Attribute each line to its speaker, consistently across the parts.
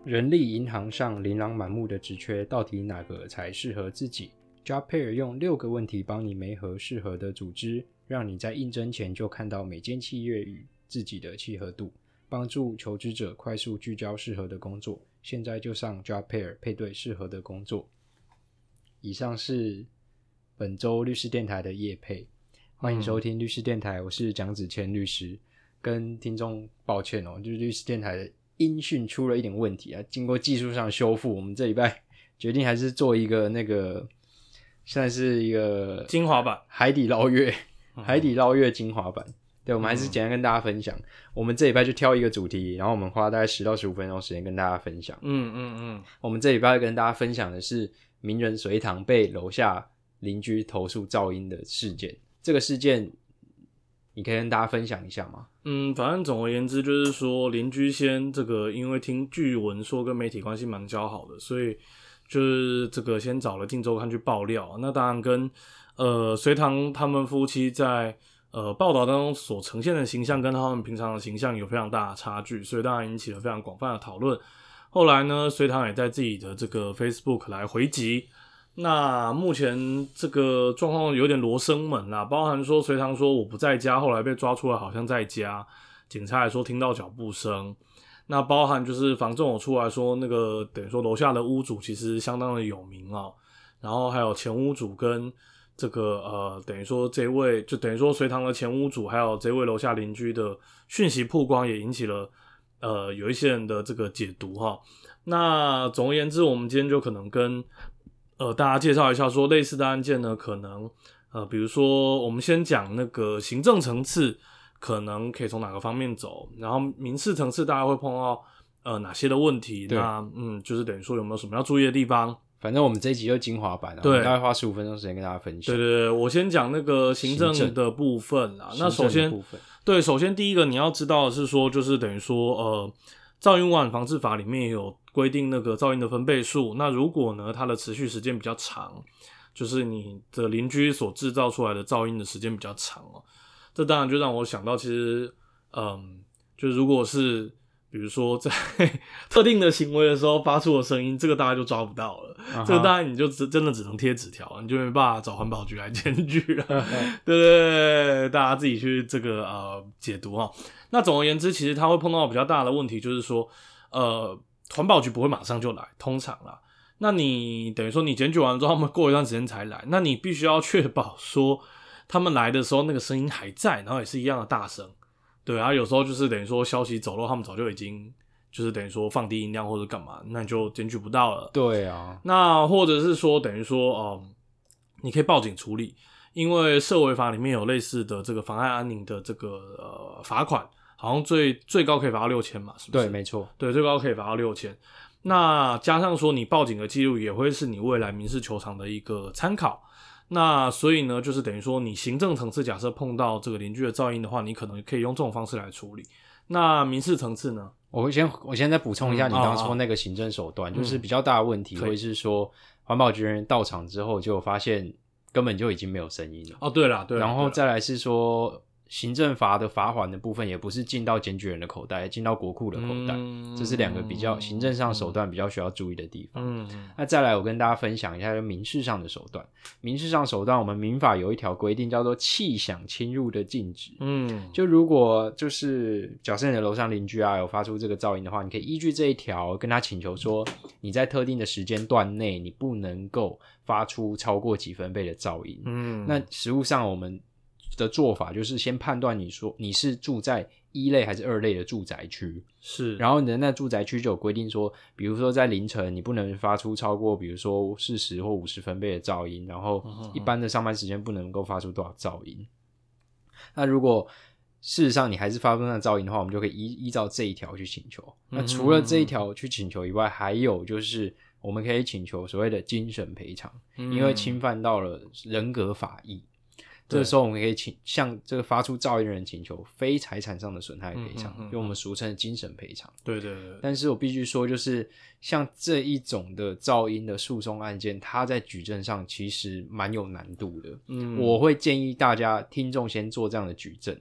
Speaker 1: 人力银行上琳琅满目的职缺，到底哪个才适合自己？ JobPair 用6个问题帮你媒合适合的组织，让你在应征前就看到每间企业与自己的契合度，帮助求职者快速聚焦适合的工作。现在就上 JobPair 配对适合的工作。以上是本周律师电台的业配，欢迎收听律师电台，我是蒋子谦律师。跟听众抱歉哦，就是律师电台的音讯出了一点问题啊，经过技术上修复，我们这礼拜决定还是做一个现在是一个
Speaker 2: 精华版
Speaker 1: 海底捞月精华版。对，我们还是简单跟大家分享。我们这礼拜就挑一个主题，然后我们花大概10到15分钟时间跟大家分享。我们这礼拜跟大家分享的是名人隋棠被楼下邻居投诉噪音的事件。这个事件你可以跟大家分享一下吗？
Speaker 2: 反正总而言之就是说，邻居先这个因为听据闻说跟媒体关系蛮交好的，所以就是这个先找了《镜周刊》去爆料。那当然跟隋棠他们夫妻在报道当中所呈现的形象跟他们平常的形象有非常大的差距，所以当然引起了非常广泛的讨论。后来呢，隋棠也在自己的这个 Facebook 来回击。那目前这个状况有点罗生门啦，包含说隋棠说我不在家，后来被抓出来好像在家，警察也说听到脚步声。那包含就是房仲有出来说，那个等于说楼下的屋主其实相当的有名哦，然后还有前屋主跟这个等于说这位就等于说隋棠的前屋主还有这位楼下邻居的讯息曝光，也引起了有一些人的这个解读哈。那总而言之，我们今天就可能跟大家介绍一下说类似的案件呢，可能比如说我们先讲那个行政层次可能可以从哪个方面走，然后民事层次大家会碰到哪些的问题，那就是等于说有没有什么要注意的地方。
Speaker 1: 反正我们这一集就精华版，
Speaker 2: 对，
Speaker 1: 大概花15分钟时间跟大家分享。
Speaker 2: 对，我先讲那个行政的部分啦。那首先第一个你要知道的是说，就是等于说噪音污染防治法里面有规定那个噪音的分贝数，那如果呢它的持续时间比较长，就是你的邻居所制造出来的噪音的时间比较长哦，这当然就让我想到其实就是如果是比如说在特定的行为的时候发出的声音，这个大家就抓不到了，这个当然你就真的只能贴纸条，你就没办法找环保局来检举了。对，大家自己去这个解读齁。那总而言之，其实它会碰到比较大的问题，就是说环保局不会马上就来，通常啦。那你等于说你检举完之后，他们过一段时间才来，那你必须要确保说他们来的时候那个声音还在，然后也是一样的大声。对啊，有时候就是等于说消息走漏，他们早就已经就是等于说放低音量或者干嘛，那你就检举不到了。
Speaker 1: 对啊，
Speaker 2: 那或者是说等于说你可以报警处理，因为社维法里面有类似的这个妨碍安宁的这个罚款，好像最高可以罚到6000嘛，是不是？
Speaker 1: 对，没错，
Speaker 2: 对，最高可以罚到6000。那加上说你报警的记录也会是你未来民事求偿的一个参考。那所以呢，就是等于说你行政层次假设碰到这个邻居的噪音的话，你可能可以用这种方式来处理。那民事层次呢？
Speaker 1: 我先再补充一下你刚刚说那个行政手段，就是比较大的问题会是说环保局人员到场之后就发现根本就已经没有声音了。
Speaker 2: 对啦，
Speaker 1: 然后再来是说行政罚的罚款的部分也不是进到检举人的口袋，进到国库的口袋，这是两个比较行政上手段比较需要注意的地方。那再来我跟大家分享一下民事上的手段。民事上手段，我们民法有一条规定叫做气响侵入的禁止。就如果就是假设你的楼上邻居有发出这个噪音的话，你可以依据这一条跟他请求说，你在特定的时间段内你不能够发出超过几分贝的噪音。那实务上我们的做法就是先判断你说你是住在1类还是2类的住宅区，
Speaker 2: 是，
Speaker 1: 然后你的那住宅区就有规定说，比如说在凌晨你不能发出超过比如说40或50分贝的噪音，然后一般的上班时间不能够发出多少噪音。那如果事实上你还是发出那噪音的话，我们就可以依照这一条去请求。那除了这一条去请求以外，还有就是我们可以请求所谓的精神赔偿，因为侵犯到了人格法益。这个时候我们可以向这个发出噪音的人请求非财产上的损害赔偿，就我们俗称的精神赔偿。
Speaker 2: 对。
Speaker 1: 但是我必须说，就是像这一种的噪音的诉讼案件，它在举证上其实蛮有难度的。我会建议大家听众先做这样的举证，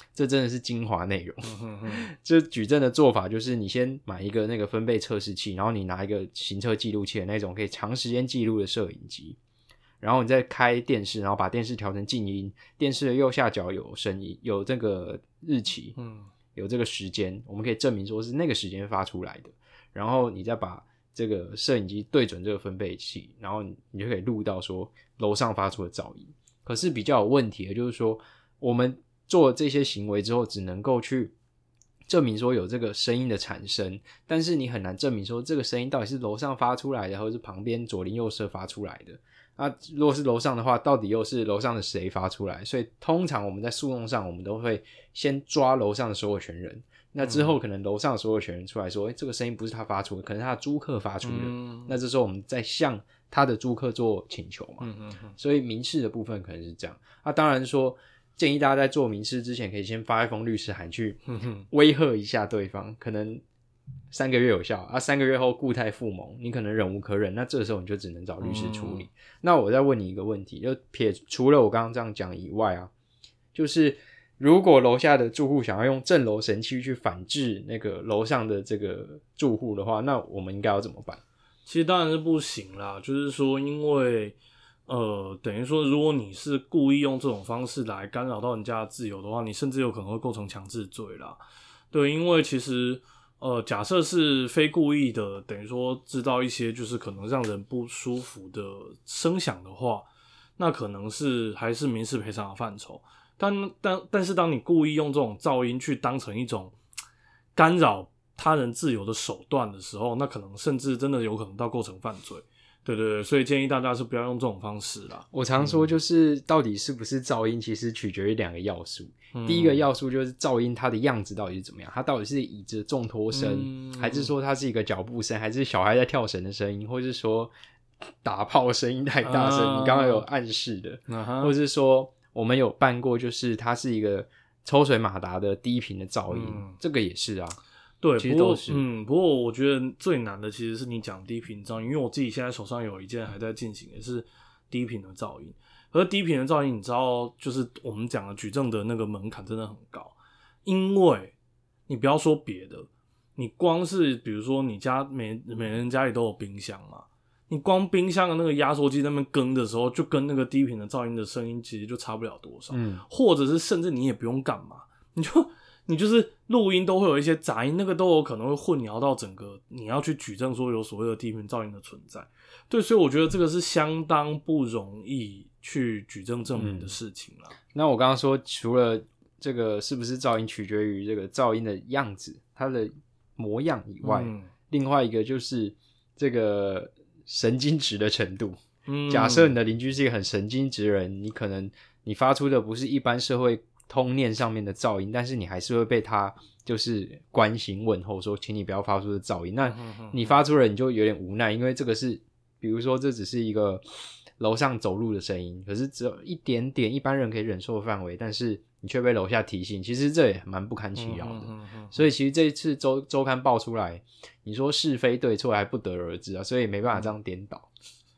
Speaker 1: 这真的是精华内容。这举证的做法就是你先买一个那个分贝测试器，然后你拿一个行车记录器的那种可以长时间记录的摄影机，然后你再开电视，然后把电视调成静音，电视的右下角有声音，有这个日期，有这个时间，我们可以证明说是那个时间发出来的，然后你再把这个摄影机对准这个分贝器，然后你就可以录到说楼上发出的噪音。可是比较有问题的就是说，我们做这些行为之后只能够去证明说有这个声音的产生，但是你很难证明说这个声音到底是楼上发出来的，或者是旁边左邻右舍发出来的。如果是楼上的话，到底又是楼上的谁发出来？所以通常我们在诉讼上，我们都会先抓楼上的所有权人，那之后可能楼上的所有权人出来说，这个声音不是他发出的，可能是他的租客发出的，那这时候我们再向他的租客做请求嘛。所以民事的部分可能是这样。当然说建议大家在做民事之前可以先发一封律师函去威吓一下对方，可能3个月有效3个月后故态复萌，你可能忍无可忍，那这时候你就只能找律师处理。那我再问你一个问题，就除了我刚刚这样讲以外就是如果楼下的住户想要用震楼神器去反制那个楼上的这个住户的话，那我们应该要怎么办？
Speaker 2: 其实当然是不行啦，就是说因为等于说如果你是故意用这种方式来干扰到人家的自由的话，你甚至有可能会构成强制罪啦。对，因为其实假设是非故意的，等于说知道一些就是可能让人不舒服的声响的话，那可能是还是民事赔偿的范畴。但是当你故意用这种噪音去当成一种干扰他人自由的手段的时候，那可能甚至真的有可能到构成犯罪。对对对，所以建议大家是不要用这种方式啦。我
Speaker 1: 常说就是到底是不是噪音其实取决于2个要素。第一个要素就是噪音它的样子到底是怎么样，它到底是椅子重拖声，还是说它是一个脚步声，还是小孩在跳绳的声音，或是说打炮声音太大声，你刚刚有暗示的，或是说我们有办过就是它是一个抽水马达的低频的噪音，这个也是啊。
Speaker 2: 对，
Speaker 1: 其实都是。
Speaker 2: 不过我觉得最难的其实是你讲低频噪音，因为我自己现在手上有一件还在进行，也是低频的噪音。而低频的噪音，你知道，就是我们讲的举证的那个门槛真的很高，因为你不要说别的，你光是比如说你家每人家里都有冰箱嘛，你光冰箱的那个压缩机在那边更的时候，就跟那个低频的噪音的声音其实就差不了多少，或者是甚至你也不用干嘛，你就是录音都会有一些杂音，那个都有可能会混淆到整个你要去举证说有所谓的低频噪音的存在。对，所以我觉得这个是相当不容易去举证证明的事情啦。
Speaker 1: 那我刚刚说除了这个是不是噪音取决于这个噪音的样子，它的模样以外，另外一个就是这个神经质的程度。假设你的邻居是一个很神经质的人，你可能你发出的不是一般社会通念上面的噪音，但是你还是会被他就是关心问候说请你不要发出的噪音，那你发出了你就有点无奈，因为这个是比如说这只是一个楼上走路的声音，可是只有一点点一般人可以忍受的范围，但是你却被楼下提醒，其实这也蛮不堪其扰的。所以其实这一次周刊爆出来，你说是非对错还不得而知啊，所以没办法这样颠倒。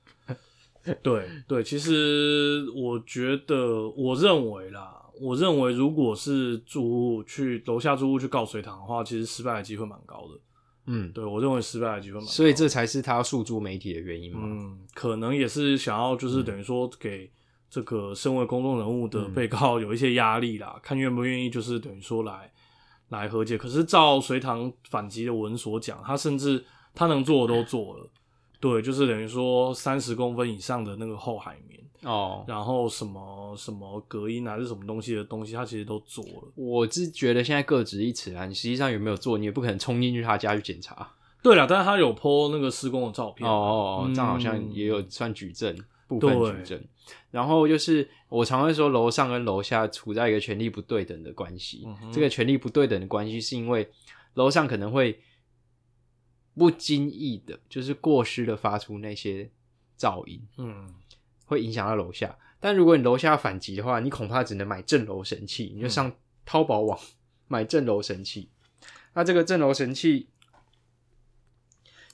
Speaker 2: 对，其实我认为如果是住户去楼下住户去告水塘的话，其实失败的机会蛮高的。对，我认为失败的机会蛮高的。
Speaker 1: 所以这才是他要诉诸媒体的原因嘛。
Speaker 2: 可能也是想要就是等于说给这个身为公众人物的被告有一些压力啦，看愿不愿意就是等于说来和解。可是照水塘反击的文所讲，他甚至他能做的都做了。对，就是等于说30公分以上的那个厚海绵然后什么隔音还是什么东西，他其实都做了。
Speaker 1: 我是觉得现在各执一词啊，你实际上有没有做，你也不可能冲进去他家去检查。
Speaker 2: 对啦，但是他有 po 那个施工的照片。
Speaker 1: 这样好像也有算举证，部分举证。然后就是我常会说楼上跟楼下处在一个权力不对等的关系。这个权力不对等的关系是因为楼上可能会不经意的就是过失的发出那些噪音，会影响到楼下。但如果你楼下反击的话，你恐怕只能买震楼神器，你就上淘宝网买震楼神器。那这个震楼神器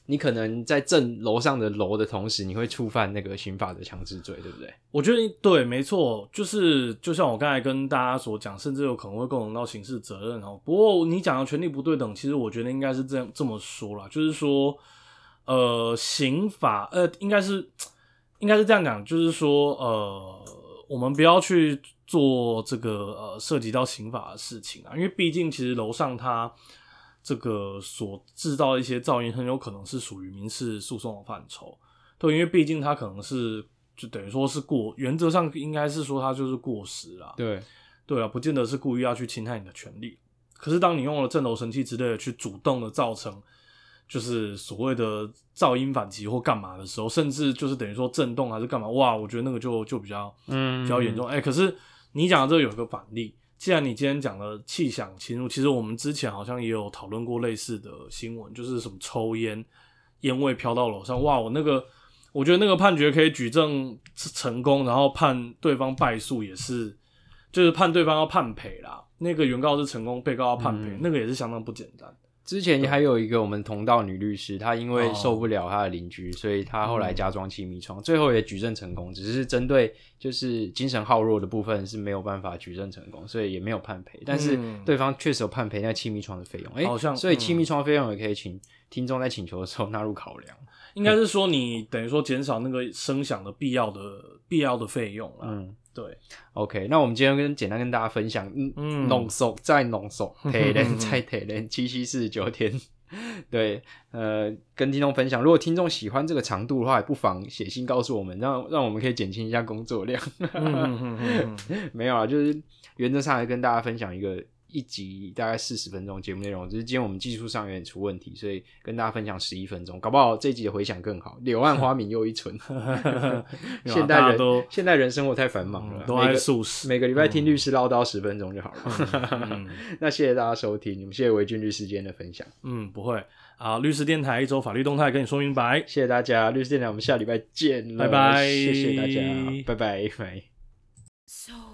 Speaker 1: 你可能在震楼上的楼的同时，你会触犯那个刑法的强制罪，对不对？
Speaker 2: 我觉得对，没错，就像我刚才跟大家所讲，甚至有可能会构成到刑事责任哦。不过你讲的权利不对等，其实我觉得应该是这么说啦，就是说，刑法应该是这样讲，就是说我们不要去做这个涉及到刑法的事情啊，因为毕竟其实楼上他这个所制造的一些噪音，很有可能是属于民事诉讼的范畴。对，因为毕竟他可能是就等于说是原则上应该是说他就是过失啦。对啊，不见得是故意要去侵害你的权利。可是当你用了震楼神器之类的去主动的造成就是所谓的噪音反击或干嘛的时候，甚至就是等于说震动还是干嘛，哇，我觉得那个就比较严重。可是你讲的这个有一个反例，既然你今天讲了气响侵入，其实我们之前好像也有讨论过类似的新闻，就是什么抽烟烟味飘到楼上，哇，我觉得那个判决可以举证成功，然后判对方败诉也是，就是判对方要判赔啦。那个原告是成功，被告要判赔，那个也是相当不简单。
Speaker 1: 之前还有一个我们同道女律师，她因为受不了她的邻居，所以她后来加装气密窗，最后也举证成功，只是针对就是精神耗弱的部分是没有办法举证成功，所以也没有判赔。但是对方确实有判赔那气密窗的费用，
Speaker 2: 好像
Speaker 1: 所以气密窗费用也可以请听众在请求的时候纳入考量。
Speaker 2: 应该是说你等于说减少那个声响的必要的费用啦。对
Speaker 1: ，OK， 那我们今天简单跟大家分享，浓缩再浓缩，提炼再提炼，7749天。对，跟听众分享，如果听众喜欢这个长度的话，也不妨写信告诉我们，让我们可以减轻一下工作量。没有啊，就是原则上来跟大家分享一集大概40分钟节目内容，只是今天我们技术上有点出问题，所以跟大家分享11分钟，搞不好这一集的回响更好，柳暗花明又一村。现代人生活太繁忙了，
Speaker 2: 都爱素食，
Speaker 1: 每个礼拜听律师唠叨10分钟就好了。那谢谢大家收听，你们谢谢维俊律师今天的分享。
Speaker 2: 不会啊，律师电台一周法律动态跟你说明白，
Speaker 1: 谢谢大家，律师电台我们下礼拜见了，
Speaker 2: 拜拜，
Speaker 1: 谢谢大家，拜拜。